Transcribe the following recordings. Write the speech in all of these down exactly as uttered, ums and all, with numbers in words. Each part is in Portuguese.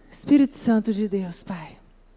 Espírito Santo de Deus, Pai.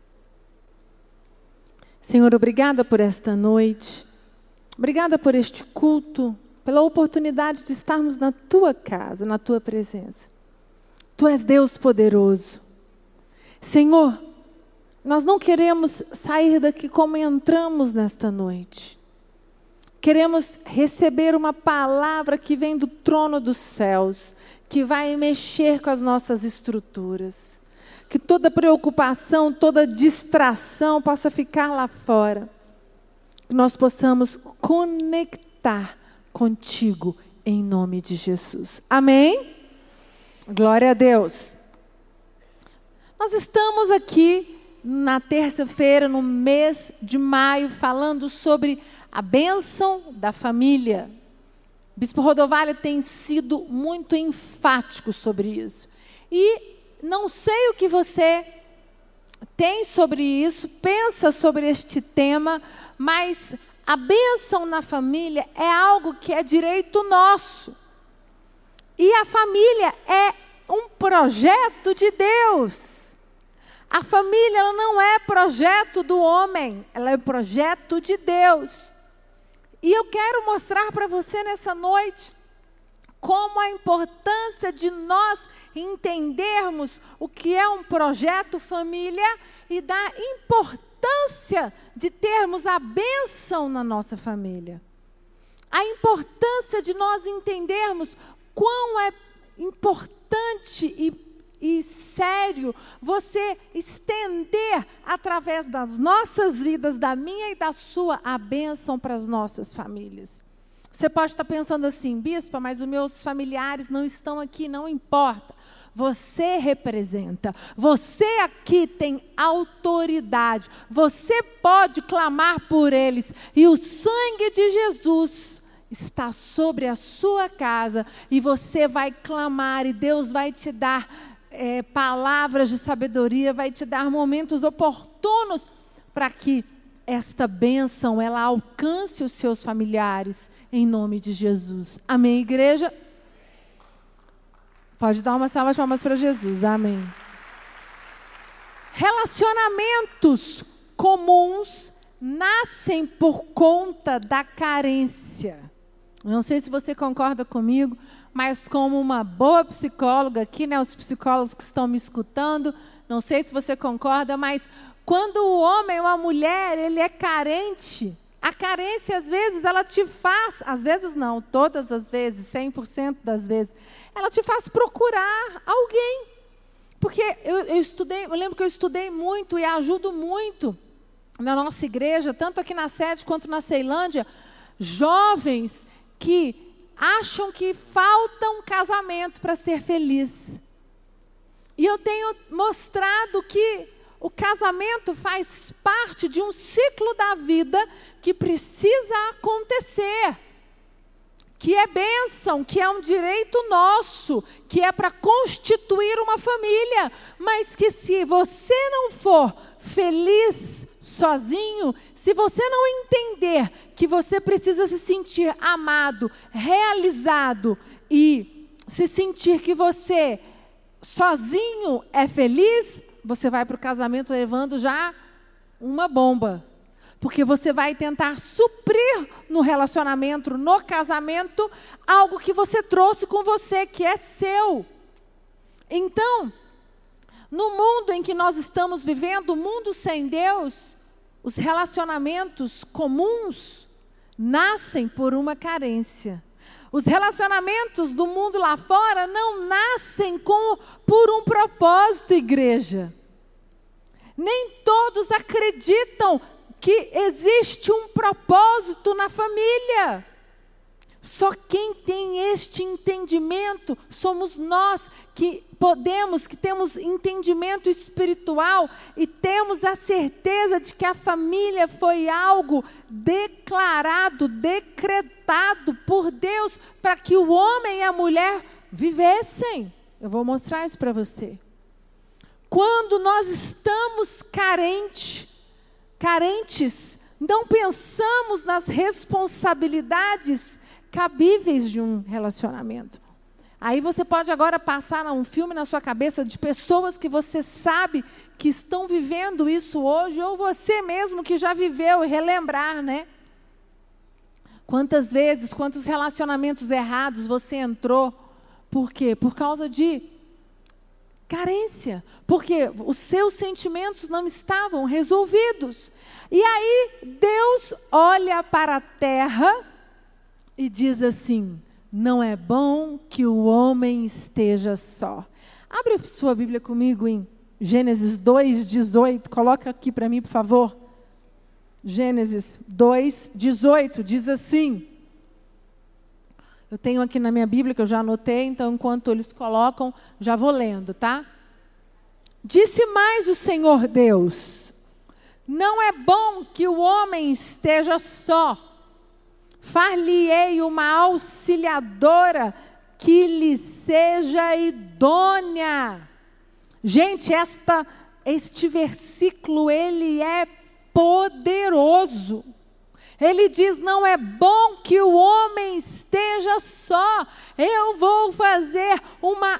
Senhor, obrigada por esta noite. Obrigada por este culto, pela oportunidade de estarmos na Tua casa, na Tua presença. Tu és Deus poderoso. Senhor, nós não queremos sair daqui como entramos nesta noite. Queremos receber uma palavra que vem do trono dos céus, que vai mexer com as nossas estruturas. Que toda preocupação, toda distração possa ficar lá fora. Que nós possamos conectar contigo em nome de Jesus. Amém? Glória a Deus. Nós estamos aqui na terça-feira, no mês de maio, falando sobre a bênção da família. O Bispo Rodovalho tem sido muito enfático sobre isso. E não sei o que você tem sobre isso, pensa sobre este tema, mas a bênção na família é algo que é direito nosso. E a família é um projeto de Deus. A família ela não é projeto do homem, ela é projeto de Deus. E eu quero mostrar para você nessa noite como a importância de nós entendermos o que é um projeto família e da importância de termos a bênção na nossa família. A importância de nós entendermos quão é importante e, e sério você estender através das nossas vidas, da minha e da sua, a bênção para as nossas famílias. Você pode estar pensando assim, bispa, mas os meus familiares não estão aqui, não importa. Você representa, você aqui tem autoridade, você pode clamar por eles. E o sangue de Jesus está sobre a sua casa e você vai clamar e Deus vai te dar é, palavras de sabedoria, vai te dar momentos oportunos para que esta bênção ela alcance os seus familiares em nome de Jesus. Amém, igreja? Pode dar uma salva de palmas para Jesus. Amém. Relacionamentos comuns nascem por conta da carência. Não sei se você concorda comigo, mas como uma boa psicóloga aqui, né, os psicólogos que estão me escutando, não sei se você concorda, mas quando o homem ou a mulher, ele é carente, a carência às vezes ela te faz, às vezes não, todas as vezes, cem por cento das vezes, ela te faz procurar alguém. Porque eu, eu estudei, eu lembro que eu estudei muito e ajudo muito na nossa igreja, tanto aqui na sede quanto na Ceilândia, jovens que acham que falta um casamento para ser feliz. E eu tenho mostrado que o casamento faz parte de um ciclo da vida que precisa acontecer, que é bênção, que é um direito nosso, que é para constituir uma família, mas que se você não for feliz sozinho, se você não entender que você precisa se sentir amado, realizado e se sentir que você sozinho é feliz, você vai para o casamento levando já uma bomba. Porque você vai tentar suprir no relacionamento, no casamento, algo que você trouxe com você, que é seu. Então, no mundo em que nós estamos vivendo, o mundo sem Deus, os relacionamentos comuns nascem por uma carência. Os relacionamentos do mundo lá fora não nascem com, por um propósito, igreja. Nem todos acreditam que existe um propósito na família. Só quem tem este entendimento somos nós que podemos, que temos entendimento espiritual e temos a certeza de que a família foi algo declarado, decretado por Deus para que o homem e a mulher vivessem. Eu vou mostrar isso para você. Quando nós estamos carentes, carentes, não pensamos nas responsabilidades cabíveis de um relacionamento. Aí você pode agora passar um filme na sua cabeça de pessoas que você sabe que estão vivendo isso hoje, ou você mesmo que já viveu, e relembrar, né? Quantas vezes, quantos relacionamentos errados você entrou? Por quê? Por causa de carência. Porque os seus sentimentos não estavam resolvidos. E aí, Deus olha para a terra e diz assim: não é bom que o homem esteja só. Abre sua Bíblia comigo em Gênesis dois, dezoito. Coloca aqui para mim, por favor. Gênesis dois, dezoito, diz assim. Eu tenho aqui na minha Bíblia, que eu já anotei, então enquanto eles colocam, já vou lendo, tá? Disse mais o Senhor Deus: não é bom que o homem esteja só. Far-lhe-ei uma auxiliadora que lhe seja idônea. Gente, esta, este versículo, ele é poderoso. Ele diz: não é bom que o homem esteja só. Eu vou fazer uma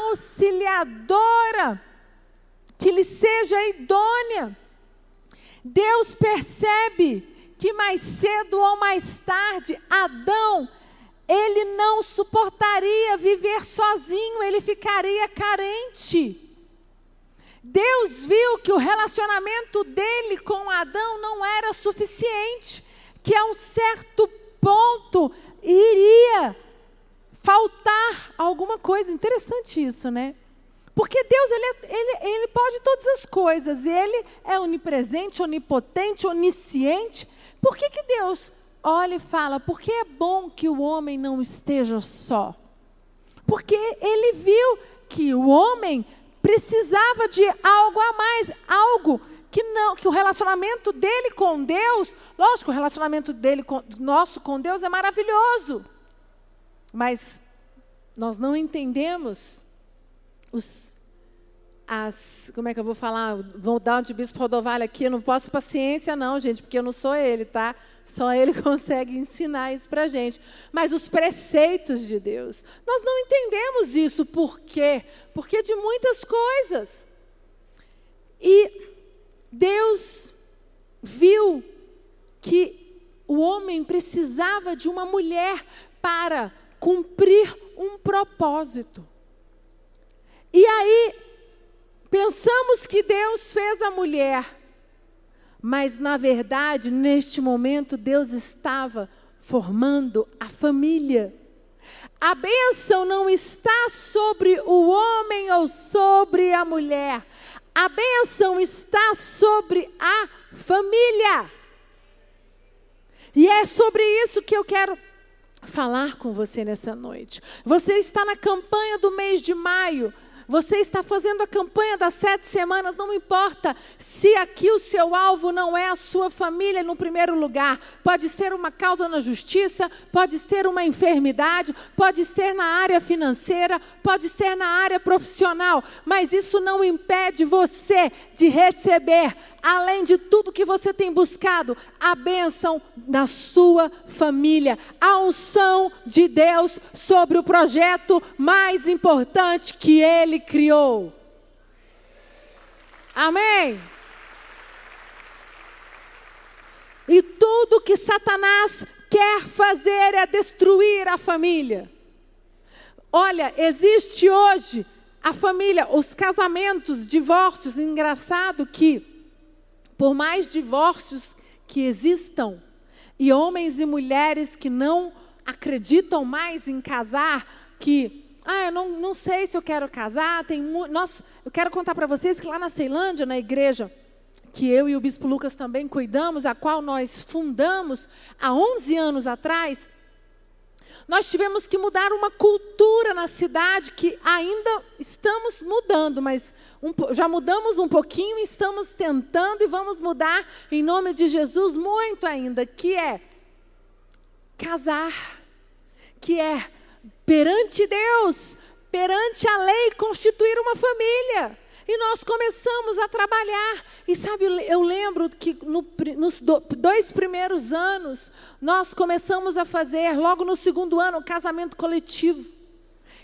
auxiliadora que lhe seja idônea. Deus percebe que mais cedo ou mais tarde, Adão, ele não suportaria viver sozinho, ele ficaria carente. Deus viu que o relacionamento dele com Adão não era suficiente, que a um certo ponto iria faltar alguma coisa. Interessante isso, né? Porque Deus, ele, é, ele, ele pode todas as coisas, ele é onipresente, onipotente, onisciente. Por que que Deus olha e fala: porque é bom que o homem não esteja só? Porque ele viu que o homem precisava de algo a mais, algo que não, que o relacionamento dele com Deus, lógico, o relacionamento dele com, nosso com Deus é maravilhoso, mas nós não entendemos os, as, como é que eu vou falar, vou dar um de Bispo Rodovalho aqui, eu não posso paciência não, gente, porque eu não sou ele, tá? Só ele consegue ensinar isso pra gente. Mas os preceitos de Deus, nós não entendemos isso. Por quê? Porque de muitas coisas. E Deus viu que o homem precisava de uma mulher para cumprir um propósito. E aí, pensamos que Deus fez a mulher, mas na verdade, neste momento, Deus estava formando a família. A bênção não está sobre o homem ou sobre a mulher. A bênção está sobre a família. E é sobre isso que eu quero falar com você nessa noite. Você está na campanha do mês de maio. Você está fazendo a campanha das sete semanas, não importa se aqui o seu alvo não é a sua família no primeiro lugar. Pode ser uma causa na justiça, pode ser uma enfermidade, pode ser na área financeira, pode ser na área profissional. Mas isso não impede você de receber, além de tudo que você tem buscado, a bênção da sua família. A unção de Deus sobre o projeto mais importante que Ele criou. Amém? E tudo que Satanás quer fazer é destruir a família. Olha, existe hoje a família, os casamentos, divórcios. Engraçado que, por mais divórcios que existam, e homens e mulheres que não acreditam mais em casar, que Ah, eu não, não sei se eu quero casar. Tem mu... Nossa, eu quero contar para vocês que lá na Ceilândia, na igreja, que eu e o Bispo Lucas também cuidamos, a qual nós fundamos há onze anos atrás, nós tivemos que mudar uma cultura na cidade que ainda estamos mudando, mas um, já mudamos um pouquinho e estamos tentando e vamos mudar em nome de Jesus muito ainda, que é casar, que é perante Deus, perante a lei, constituir uma família. E nós começamos a trabalhar. E sabe, eu lembro que no, nos do, dois primeiros anos, nós começamos a fazer, logo no segundo ano, o casamento coletivo.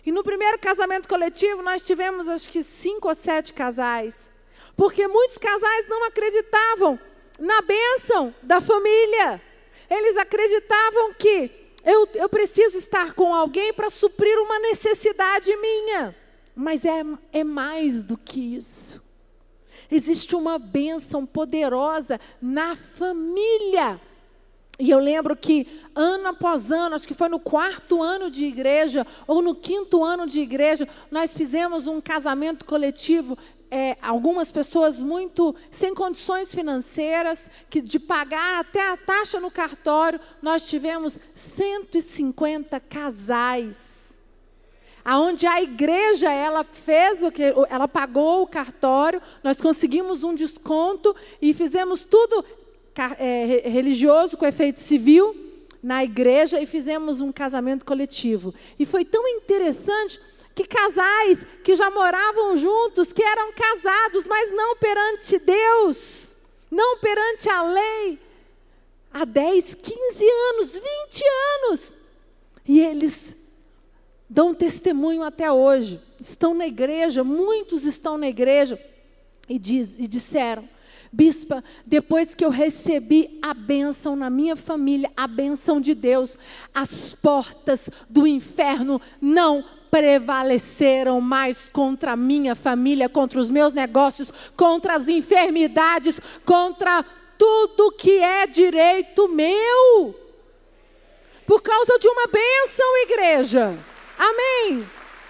E no primeiro casamento coletivo, nós tivemos acho que cinco ou sete casais. Porque muitos casais não acreditavam na bênção da família. Eles acreditavam que eu, eu preciso estar com alguém para suprir uma necessidade minha. Mas é, é mais do que isso. Existe uma bênção poderosa na família. E eu lembro que ano após ano, acho que foi no quarto ano de igreja, ou no quinto ano de igreja, nós fizemos um casamento coletivo. É, algumas pessoas muito sem condições financeiras, que de pagar até a taxa no cartório, nós tivemos cento e cinquenta casais. Aonde a igreja, ela fez o que, ela pagou o cartório, nós conseguimos um desconto e fizemos tudo é, religioso com efeito civil na igreja e fizemos um casamento coletivo. E foi tão interessante que casais que já moravam juntos, que eram casados, mas não perante Deus, não perante a lei, há dez, quinze anos, vinte anos, e eles dão testemunho até hoje, estão na igreja, muitos estão na igreja, e, diz, e disseram: bispa, depois que eu recebi a bênção na minha família, a bênção de Deus, as portas do inferno não prevaleceram mais contra a minha família, contra os meus negócios, contra as enfermidades, contra tudo que é direito meu. Por causa de uma bênção, igreja. Amém.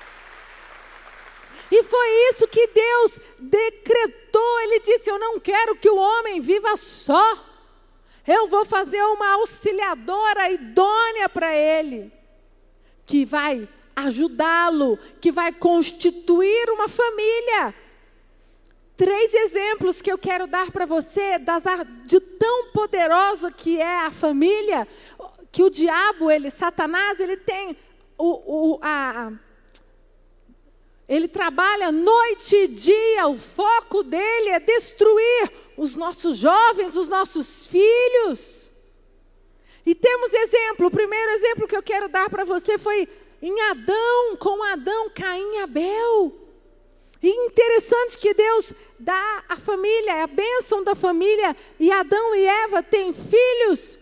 E foi isso que Deus decretou. Ele disse: eu não quero que o homem viva só. Eu vou fazer uma auxiliadora idônea para ele, que vai ajudá-lo, que vai constituir uma família. Três exemplos que eu quero dar para você das, de tão poderoso que é a família, que o diabo, ele, Satanás, ele tem o, o, a, ele trabalha noite e dia, o foco dele é destruir os nossos jovens, os nossos filhos. E temos exemplo, o primeiro exemplo que eu quero dar para você foi em Adão, com Adão, Caim e Abel. E interessante que Deus dá a família, a bênção da família, e Adão e Eva têm filhos.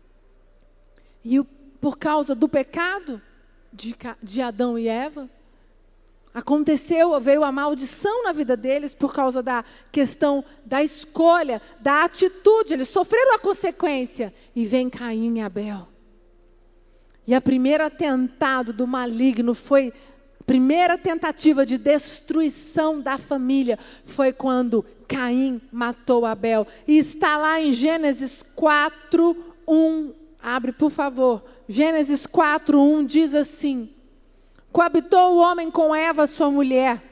E o, por causa do pecado de, de Adão e Eva, aconteceu, veio a maldição na vida deles por causa da questão da escolha, da atitude. Eles sofreram a consequência. E vem Caim e Abel. E a primeira atentado do maligno foi, a primeira tentativa de destruição da família foi quando Caim matou Abel. E está lá em Gênesis quatro, um, abre por favor, Gênesis quatro, um diz assim: coabitou o homem com Eva, sua mulher.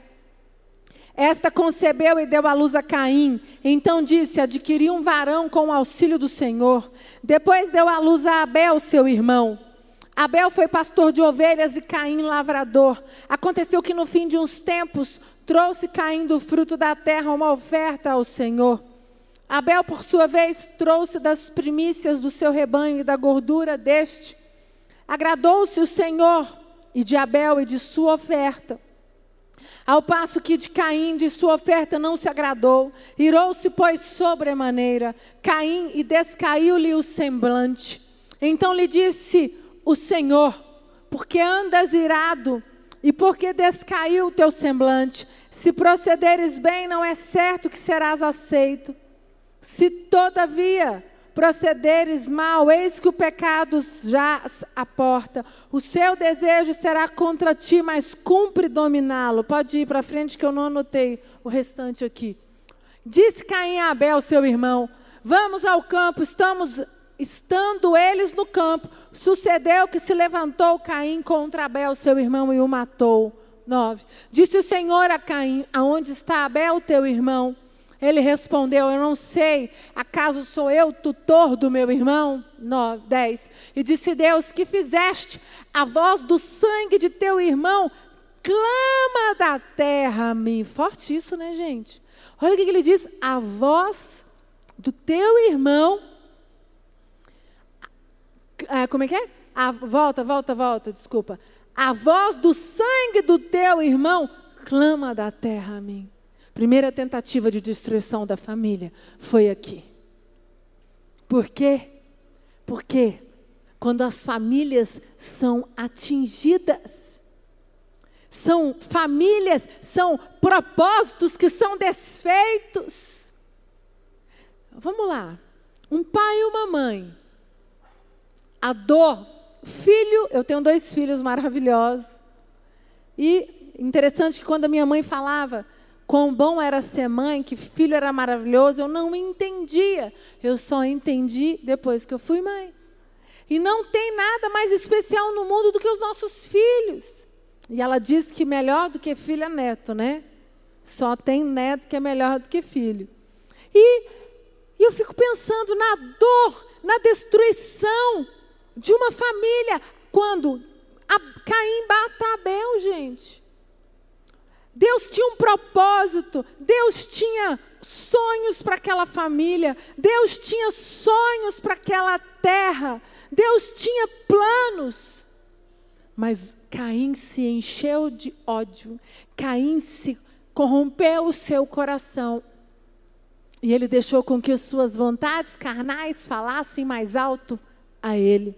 Esta concebeu e deu à luz a Caim. Então disse: adquiri um varão com o auxílio do Senhor. Depois deu à luz a Abel, seu irmão. Abel foi pastor de ovelhas e Caim lavrador. Aconteceu que no fim de uns tempos trouxe Caim do fruto da terra uma oferta ao Senhor. Abel, por sua vez, trouxe das primícias do seu rebanho e da gordura deste. Agradou-se o Senhor e de Abel e de sua oferta, ao passo que de Caim de sua oferta não se agradou. Irou-se, pois, sobremaneira Caim e descaiu-lhe o semblante. Então lhe disse o Senhor: porque andas irado e porque descaiu o teu semblante? Se procederes bem, não é certo que serás aceito. Se todavia procederes mal, eis que o pecado jaz à porta. O seu desejo será contra ti, mas cumpre dominá-lo. Pode ir para frente que eu não anotei o restante aqui. Disse Caim a Abel, seu irmão: vamos ao campo. Estamos, estando eles no campo, sucedeu que se levantou Caim contra Abel, seu irmão, e o matou. nove. Disse o Senhor a Caim: aonde está Abel, teu irmão? Ele respondeu: eu não sei, acaso sou eu tutor do meu irmão? nove, dez. E disse Deus: que fizeste? A voz do sangue de teu irmão clama da terra a mim. Forte isso, né, gente? Olha o que ele diz: a voz do teu irmão. Ah, como é que é? A, volta, volta, volta, desculpa. a voz do sangue do teu irmão clama da terra a mim. Primeira tentativa de destruição da família foi aqui. Por quê? Porque quando as famílias são atingidas, são famílias, são propósitos que são desfeitos. Vamos lá. Um pai e uma mãe. A dor, filho, eu tenho dois filhos maravilhosos. E interessante que quando a minha mãe falava quão bom era ser mãe, que filho era maravilhoso, eu não entendia. Eu só entendi depois que eu fui mãe. E não tem nada mais especial no mundo do que os nossos filhos. E ela diz que melhor do que filho é neto, né? Só tem neto que é melhor do que filho. E, e eu fico pensando na dor, na destruição de uma família, quando a Caim mata Abel, gente. Deus tinha um propósito, Deus tinha sonhos para aquela família, Deus tinha sonhos para aquela terra, Deus tinha planos. Mas Caim se encheu de ódio, Caim se corrompeu o seu coração. E ele deixou com que as suas vontades carnais falassem mais alto a ele.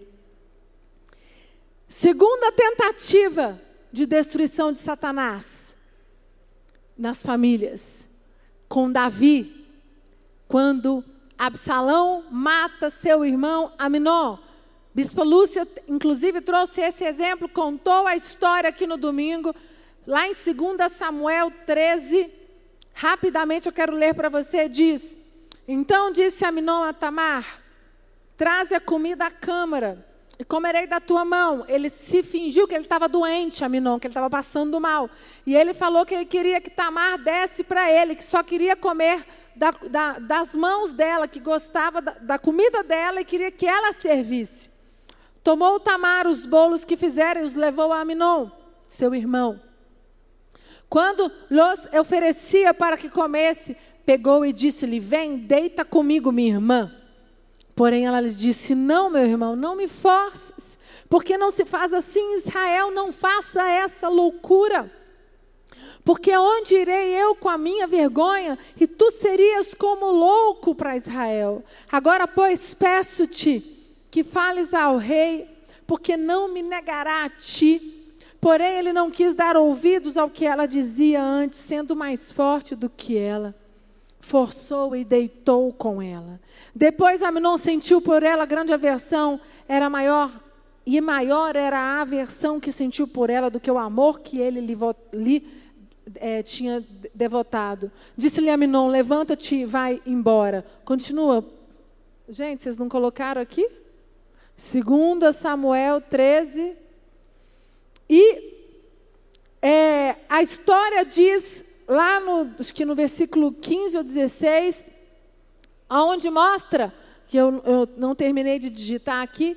Segunda tentativa de destruição de Satanás nas famílias, com Davi, quando Absalão mata seu irmão Aminon. Bispa Lúcia, inclusive, trouxe esse exemplo, contou a história aqui no domingo, lá em dois Samuel treze, rapidamente eu quero ler para você, diz: então disse Aminon a Tamar, traze a comida à câmara, e comerei da tua mão. Ele se fingiu que ele estava doente, Aminon, que ele estava passando mal. E ele falou que ele queria que Tamar desse para ele, que só queria comer da, da, das mãos dela, que gostava da, da comida dela e queria que ela servisse. Tomou Tamar os bolos que fizeram e os levou a Aminon, seu irmão. Quando lhes oferecia para que comesse, pegou e disse-lhe, vem, deita comigo, minha irmã. Porém ela lhe disse, não, meu irmão, não me forces, porque não se faz assim em Israel, não faça essa loucura. Porque onde irei eu com a minha vergonha, e tu serias como louco para Israel. Agora, pois, peço-te que fales ao rei, porque não me negará a ti. Porém, ele não quis dar ouvidos ao que ela dizia antes, sendo mais forte do que ela. Forçou e deitou com ela. Depois Aminon sentiu por ela grande aversão, era maior, e maior era a aversão que sentiu por ela do que o amor que ele lhe, lhe é, tinha devotado. Disse-lhe Aminon, levanta-te e vai embora. Continua. Gente, vocês não colocaram aqui? dois Samuel treze. E é, a história diz, lá no, acho que no versículo quinze ou dezesseis, onde mostra, que eu, eu não terminei de digitar aqui,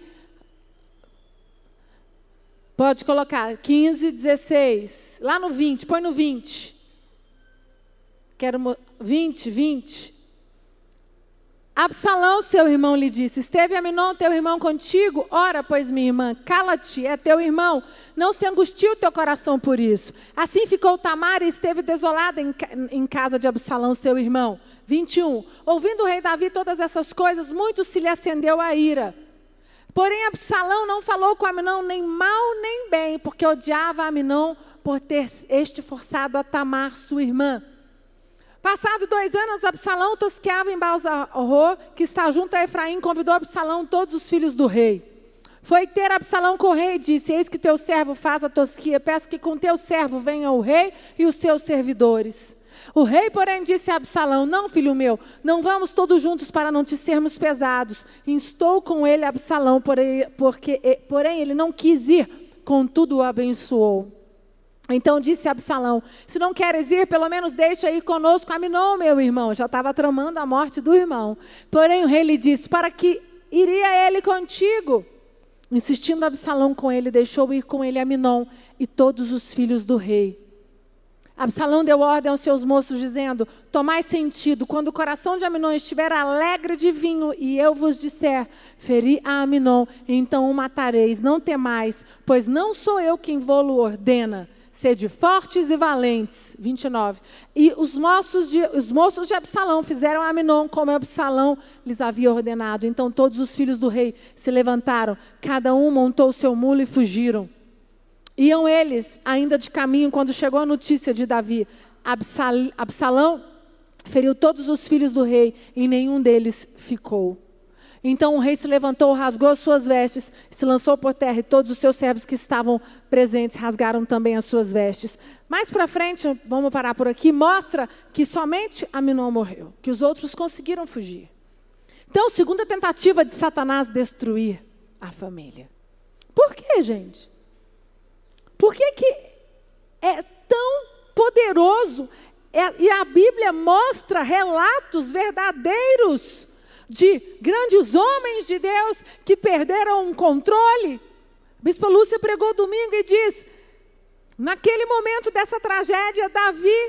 pode colocar, quinze, dezesseis, lá no vinte, põe no vinte. Quero, vinte, vinte. Absalão, seu irmão, lhe disse, esteve Aminon, teu irmão, contigo? Ora, pois, minha irmã, cala-te, é teu irmão, não se angustie o teu coração por isso. Assim ficou Tamar e esteve desolada em, em casa de Absalão, seu irmão. vinte e um. Ouvindo o rei Davi todas essas coisas, muito se lhe acendeu a ira. Porém, Absalão não falou com Aminon nem mal nem bem, porque odiava Aminon por ter este forçado a Tamar, sua irmã. Passado dois anos, Absalão tosqueava em Baal-Zahor, que está junto a Efraim, convidou Absalão todos os filhos do rei. Foi ter Absalão com o rei e disse, eis que teu servo faz a tosquia, peço que com teu servo venha o rei e os seus servidores. O rei, porém, disse a Absalão, não, filho meu, não vamos todos juntos para não te sermos pesados. Instou com ele Absalão, porém, porque, porém ele não quis ir, contudo o abençoou. Então disse Absalão, se não queres ir, pelo menos deixa ir conosco Aminon, meu irmão. Já estava tramando a morte do irmão. Porém o rei lhe disse, para que iria ele contigo? Insistindo Absalão com ele, deixou ir com ele Aminon e todos os filhos do rei. Absalão deu ordem aos seus moços, dizendo: tomai sentido, quando o coração de Aminon estiver alegre de vinho, e eu vos disser, feri a Aminon, então o matareis, não temais, pois não sou eu quem vô-lo ordena. Sede fortes e valentes. vinte e nove. E os moços, de, os moços de Absalão fizeram a Aminon como Absalão lhes havia ordenado. Então todos os filhos do rei se levantaram, cada um montou o seu mulo e fugiram. Iam eles ainda de caminho quando chegou a notícia de Davi. Absal, Absalão feriu todos os filhos do rei e nenhum deles ficou. Então o rei se levantou, rasgou as suas vestes, se lançou por terra, e todos os seus servos que estavam presentes rasgaram também as suas vestes. Mais para frente, vamos parar por aqui, mostra que somente Aminon morreu, que os outros conseguiram fugir. Então, segunda tentativa de Satanás destruir a família. Por quê, gente? Por que que é tão poderoso? É, e a Bíblia mostra relatos verdadeiros de grandes homens de Deus que perderam o controle. Bispo Lúcia pregou domingo e diz, naquele momento dessa tragédia, Davi,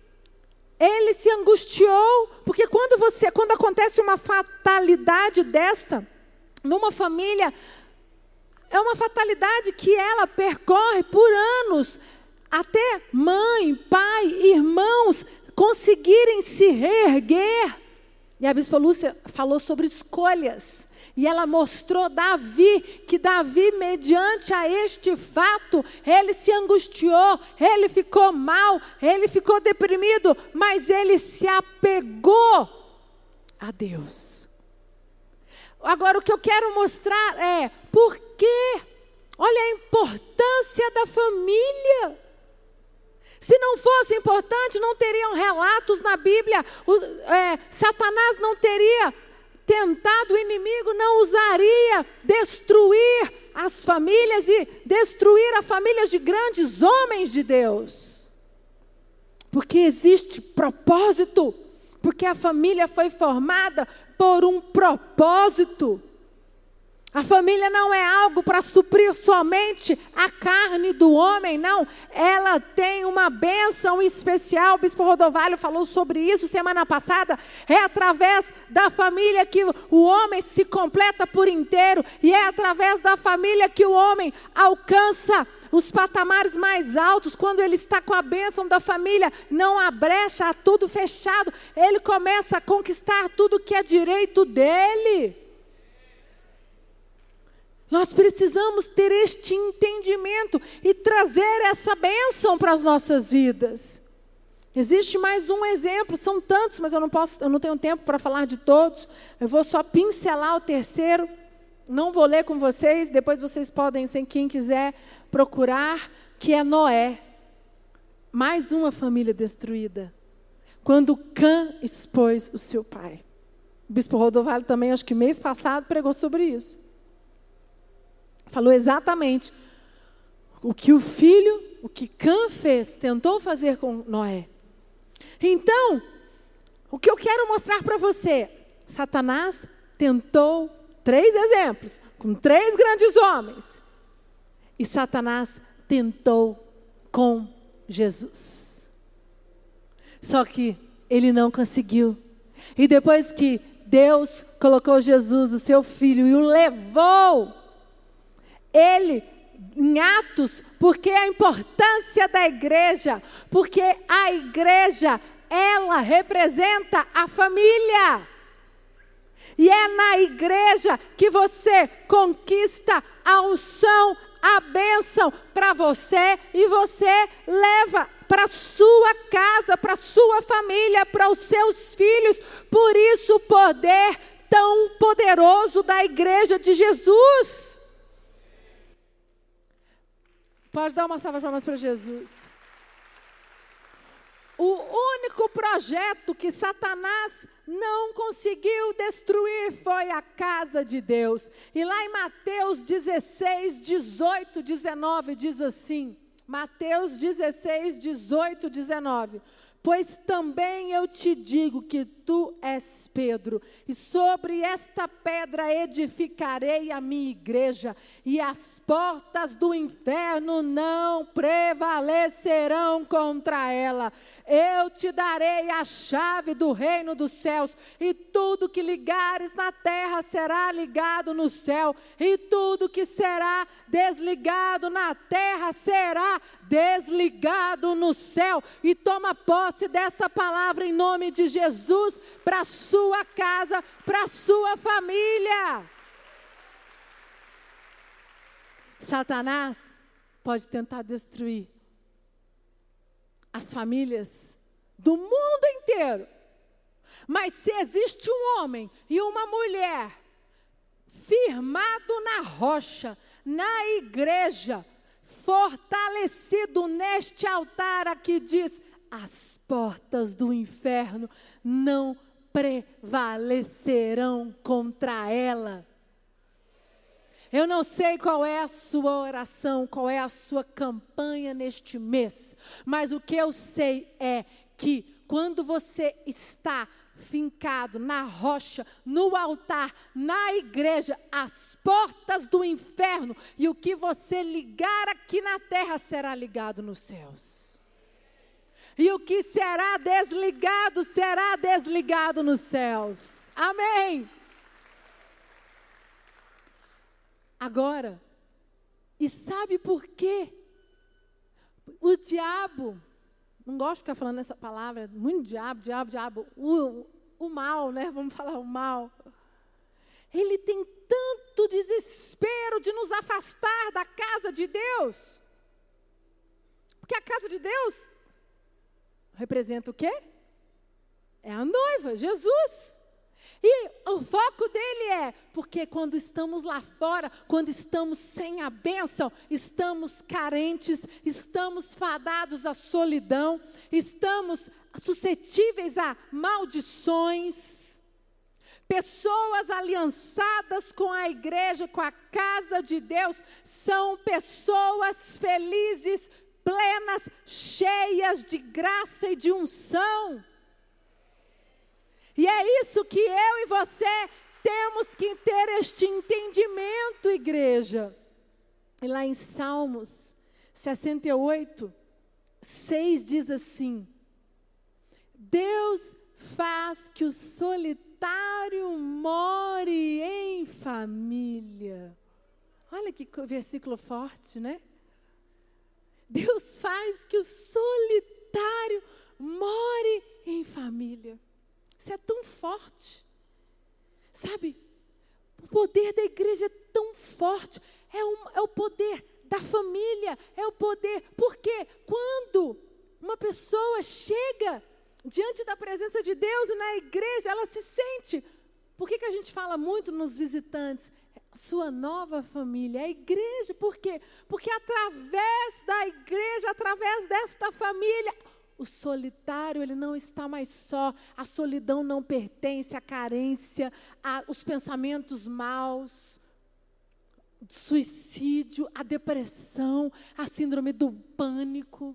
ele se angustiou, porque quando, você, quando acontece uma fatalidade desta, numa família, é uma fatalidade que ela percorre por anos, até mãe, pai, irmãos conseguirem se reerguer. E a Bispa Lúcia falou sobre escolhas. E ela mostrou Davi, que Davi, mediante a este fato, ele se angustiou, ele ficou mal, ele ficou deprimido, mas ele se apegou a Deus. Agora, o que eu quero mostrar é, por quê? Olha a importância da família. Se não fosse importante, não teriam relatos na Bíblia. O, é, Satanás não teria tentado, o inimigo não usaria destruir as famílias e destruir a família de grandes homens de Deus. Porque existe propósito, porque a família foi formada por um propósito. A família não é algo para suprir somente a carne do homem, não. Ela tem uma bênção especial. O Bispo Rodovalho falou sobre isso semana passada. É através da família que o homem se completa por inteiro. E é através da família que o homem alcança os patamares mais altos. Quando ele está com a bênção da família, não há brecha, há tudo fechado. Ele começa a conquistar tudo que é direito dele. Nós precisamos ter este entendimento e trazer essa bênção para as nossas vidas. Existe mais um exemplo, são tantos, mas eu não posso, eu não tenho tempo para falar de todos. Eu vou só pincelar o terceiro, não vou ler com vocês, depois vocês podem, sem quem quiser, procurar, que é Noé. Mais uma família destruída. Quando Cã expôs o seu pai. O Bispo Rodovalho também, acho que mês passado, pregou sobre isso. Falou exatamente o que o filho, o que Cã fez, tentou fazer com Noé. Então, o que eu quero mostrar para você, Satanás tentou três exemplos, com três grandes homens. E Satanás tentou com Jesus. Só que ele não conseguiu. E depois que Deus colocou Jesus, o seu filho, e o levou, ele, em Atos, porque a importância da igreja, porque a igreja, ela representa a família. E é na igreja que você conquista a unção, a bênção para você, e você leva para a sua casa, para a sua família, para os seus filhos. Por isso o poder tão poderoso da igreja de Jesus. Pode dar uma salva de palmas para Jesus. O único projeto que Satanás não conseguiu destruir foi a casa de Deus. E lá em Mateus dezesseis, dezoito, dezenove diz assim, Mateus dezesseis, dezoito, dezenove. Pois também eu te digo que tu és Pedro, e sobre esta pedra edificarei a minha igreja, e as portas do inferno não prevalecerão contra ela. Eu te darei a chave do reino dos céus, e tudo que ligares na terra será ligado no céu, e tudo que será desligado na terra será desligado no céu. E toma posse dessa palavra em nome de Jesus, para a sua casa, para a sua família. Satanás pode tentar destruir as famílias do mundo inteiro, mas se existe um homem e uma mulher firmado na rocha, na igreja, fortalecido neste altar aqui, diz: as portas do inferno não prevalecerão contra ela. Eu não sei qual é a sua oração, qual é a sua campanha neste mês, mas o que eu sei é que quando você está fincado na rocha, no altar, na igreja, as portas do inferno, e o que você ligar aqui na terra será ligado nos céus. E o que será desligado, será desligado nos céus. Amém. Agora, e sabe por quê? O diabo, não gosto de ficar falando essa palavra, muito diabo, diabo, diabo, o, o mal, né? Vamos falar o mal. Ele tem tanto desespero de nos afastar da casa de Deus. Porque a casa de Deus representa o quê? É a noiva, Jesus. E o foco dele é, porque quando estamos lá fora, quando estamos sem a bênção, estamos carentes, estamos fadados à solidão, estamos suscetíveis a maldições. Pessoas aliançadas com a igreja, com a casa de Deus, são pessoas felizes, plenas, cheias de graça e de unção. E é isso que eu e você temos que ter este entendimento, igreja. E lá em Salmos sessenta e oito, seis diz assim: Deus faz que o solitário more em família. Olha que versículo forte, né? Deus faz que o solitário more em família. Isso é tão forte. Sabe, o poder da igreja é tão forte. É, um, é o poder da família, é o poder. Porque quando uma pessoa chega diante da presença de Deus e na igreja, ela se sente. Por que que a gente fala muito nos visitantes? Sua nova família, a igreja. Por quê? Porque através da igreja, através desta família, o solitário, ele não está mais só. A solidão não pertence à carência, aos pensamentos maus, suicídio, a depressão, a síndrome do pânico.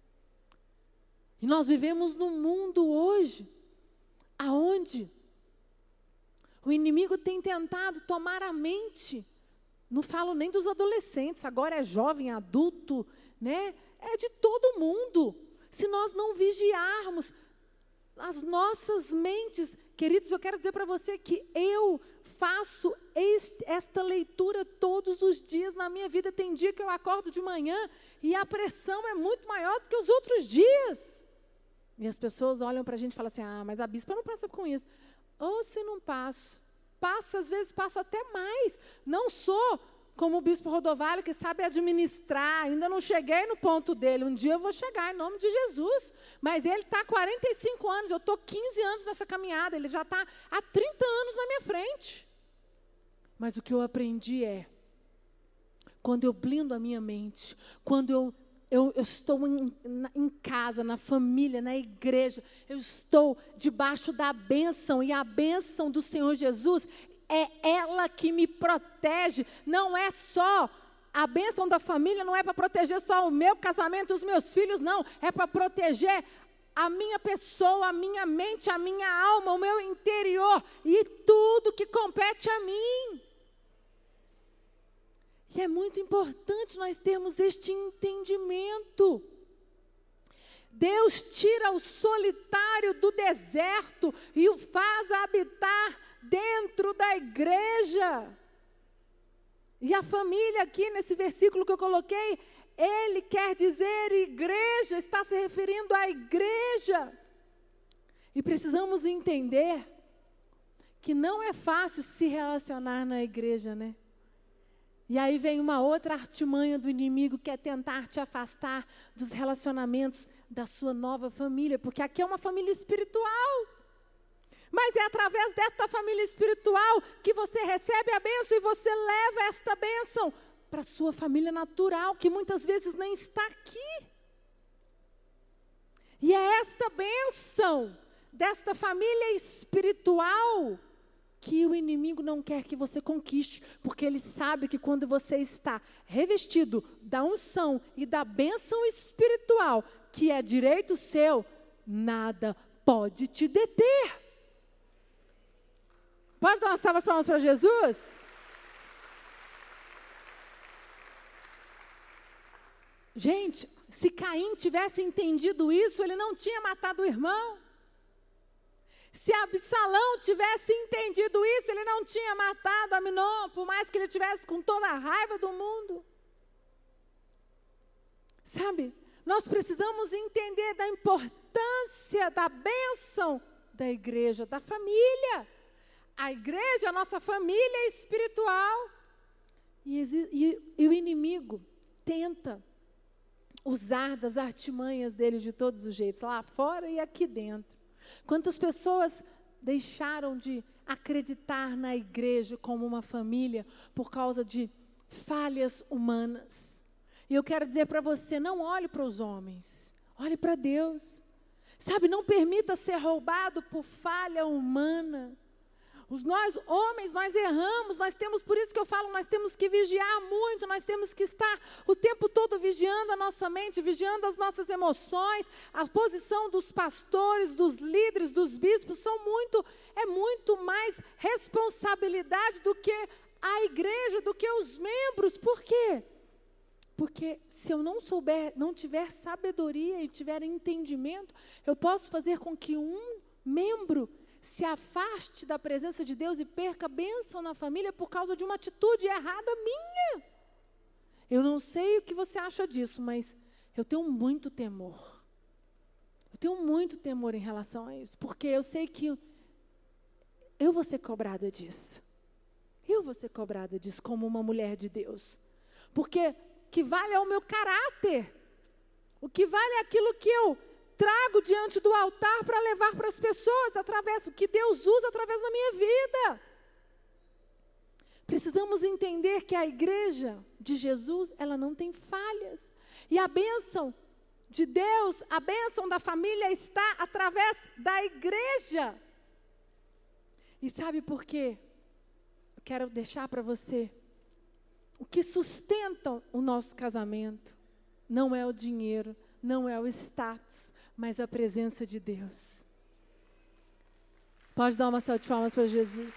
E nós vivemos num mundo hoje, aonde o inimigo tem tentado tomar a mente. Não falo nem dos adolescentes, agora é jovem, adulto, né? É de todo mundo. Se nós não vigiarmos as nossas mentes, queridos, eu quero dizer para você que eu faço este, esta leitura todos os dias na minha vida. Tem dia que eu acordo de manhã e a pressão é muito maior do que os outros dias. E as pessoas olham para a gente e falam assim: ah, mas a bispa não passa com isso. Ou se não passo, passo, às vezes passo até mais. Não sou como o bispo Rodovalho, que sabe administrar, ainda não cheguei no ponto dele. Um dia eu vou chegar, em nome de Jesus. Mas ele está há quarenta e cinco anos, eu estou quinze anos nessa caminhada, ele já está há trinta anos na minha frente. Mas o que eu aprendi é, quando eu blindo a minha mente, quando eu Eu, eu estou em, em casa, na família, na igreja, eu estou debaixo da bênção, e a bênção do Senhor Jesus é ela que me protege. Não é só, a bênção da família não é para proteger só o meu casamento, os meus filhos, não, é para proteger a minha pessoa, a minha mente, a minha alma, o meu interior e tudo que compete a mim. E é muito importante nós termos este entendimento. Deus tira o solitário do deserto e o faz habitar dentro da igreja. E a família aqui nesse versículo que eu coloquei, ele quer dizer igreja, está se referindo à igreja. E precisamos entender que não é fácil se relacionar na igreja, né? E aí vem uma outra artimanha do inimigo, que é tentar te afastar dos relacionamentos da sua nova família, porque aqui é uma família espiritual. Mas é através desta família espiritual que você recebe a bênção e você leva esta bênção para a sua família natural, que muitas vezes nem está aqui. E é esta bênção desta família espiritual que o inimigo não quer que você conquiste, porque ele sabe que quando você está revestido da unção e da bênção espiritual, que é direito seu, nada pode te deter. Pode dar uma salva de palmas para Jesus? Gente, se Caim tivesse entendido isso, ele não tinha matado o irmão. Se Absalão tivesse entendido isso, ele não tinha matado Aminon, por mais que ele tivesse com toda a raiva do mundo. Sabe, nós precisamos entender da importância da bênção da igreja, da família. A igreja é a nossa família espiritual. E, e, e o inimigo tenta usar das artimanhas dele de todos os jeitos, lá fora e aqui dentro. Quantas pessoas deixaram de acreditar na igreja como uma família por causa de falhas humanas? E eu quero dizer para você, não olhe para os homens, olhe para Deus. Sabe, não permita ser roubado por falha humana. Os nós, homens, nós erramos, nós temos, por isso que eu falo, nós temos que vigiar muito, nós temos que estar o tempo todo vigiando a nossa mente, vigiando as nossas emoções. A posição dos pastores, dos líderes, dos bispos, são muito, é muito mais responsabilidade do que a igreja, do que os membros. Por quê? Porque se eu não souber, não tiver sabedoria e tiver entendimento, eu posso fazer com que um membro se afaste da presença de Deus e perca a bênção na família por causa de uma atitude errada minha. Eu não sei o que você acha disso, mas eu tenho muito temor. Eu tenho muito temor em relação a isso, porque eu sei que eu vou ser cobrada disso. Eu vou ser cobrada disso como uma mulher de Deus. Porque o que vale é o meu caráter. O que vale é aquilo que eu trago diante do altar para levar para as pessoas, através do que Deus usa através da minha vida. Precisamos entender que a igreja de Jesus, ela não tem falhas. E a bênção de Deus, a bênção da família está através da igreja. E sabe por quê? Eu quero deixar para você, o que sustenta o nosso casamento não é o dinheiro, não é o status, mas a presença de Deus. Pode dar uma salva de palmas para Jesus.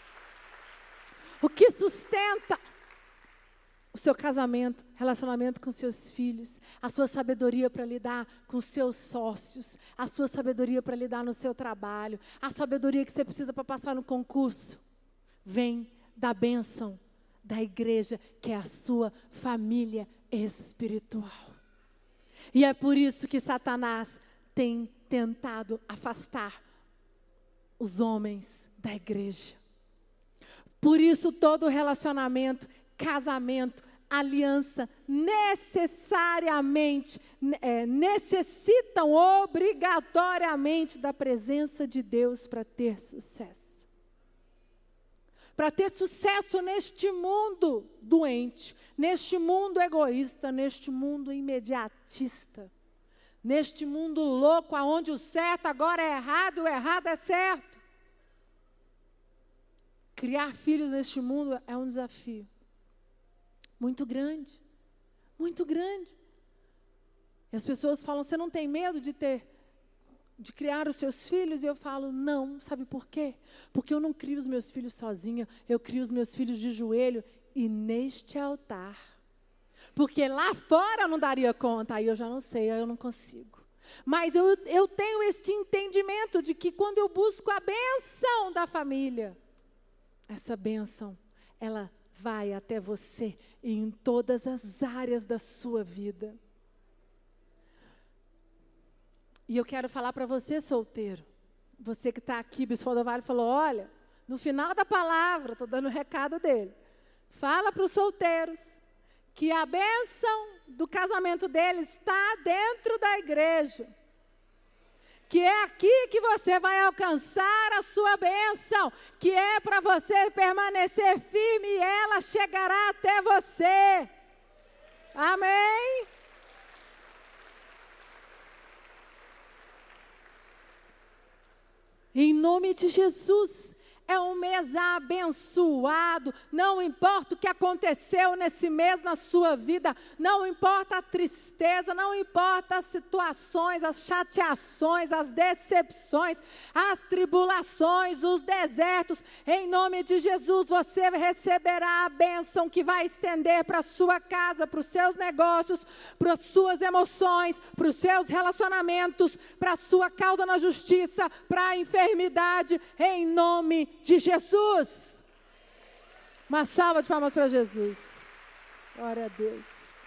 O que sustenta o seu casamento, relacionamento com seus filhos, a sua sabedoria para lidar com seus sócios, a sua sabedoria para lidar no seu trabalho, a sabedoria que você precisa para passar no concurso, vem da bênção da igreja, que é a sua família espiritual. E é por isso que Satanás tem tentado afastar os homens da igreja. Por isso todo relacionamento, casamento, aliança, necessariamente, é, necessitam obrigatoriamente da presença de Deus para ter sucesso. Para ter sucesso neste mundo doente, neste mundo egoísta, neste mundo imediatista, neste mundo louco, onde o certo agora é errado e o errado é certo. Criar filhos neste mundo é um desafio muito grande, muito grande. E as pessoas falam, você não tem medo de ter de criar os seus filhos? E eu falo, não. Sabe por quê? Porque eu não crio os meus filhos sozinha, eu crio os meus filhos de joelho e neste altar. Porque lá fora eu não daria conta, aí eu já não sei, aí eu não consigo. Mas eu, eu tenho este entendimento de que quando eu busco a bênção da família, essa bênção, ela vai até você e em todas as áreas da sua vida. E eu quero falar para você, solteiro, você que está aqui, Bispo do Vale falou, olha, no final da palavra, estou dando o recado dele, fala para os solteiros que a bênção do casamento deles está dentro da igreja. Que é aqui que você vai alcançar a sua bênção, que é para você permanecer firme e ela chegará até você. Amém? Em nome de Jesus. É um mês abençoado, não importa o que aconteceu nesse mês na sua vida, não importa a tristeza, não importa as situações, as chateações, as decepções, as tribulações, os desertos, em nome de Jesus você receberá a bênção que vai estender para a sua casa, para os seus negócios, para as suas emoções, para os seus relacionamentos, para a sua causa na justiça, para a enfermidade, em nome de de Jesus. Uma salva de palmas para Jesus. Glória a Deus.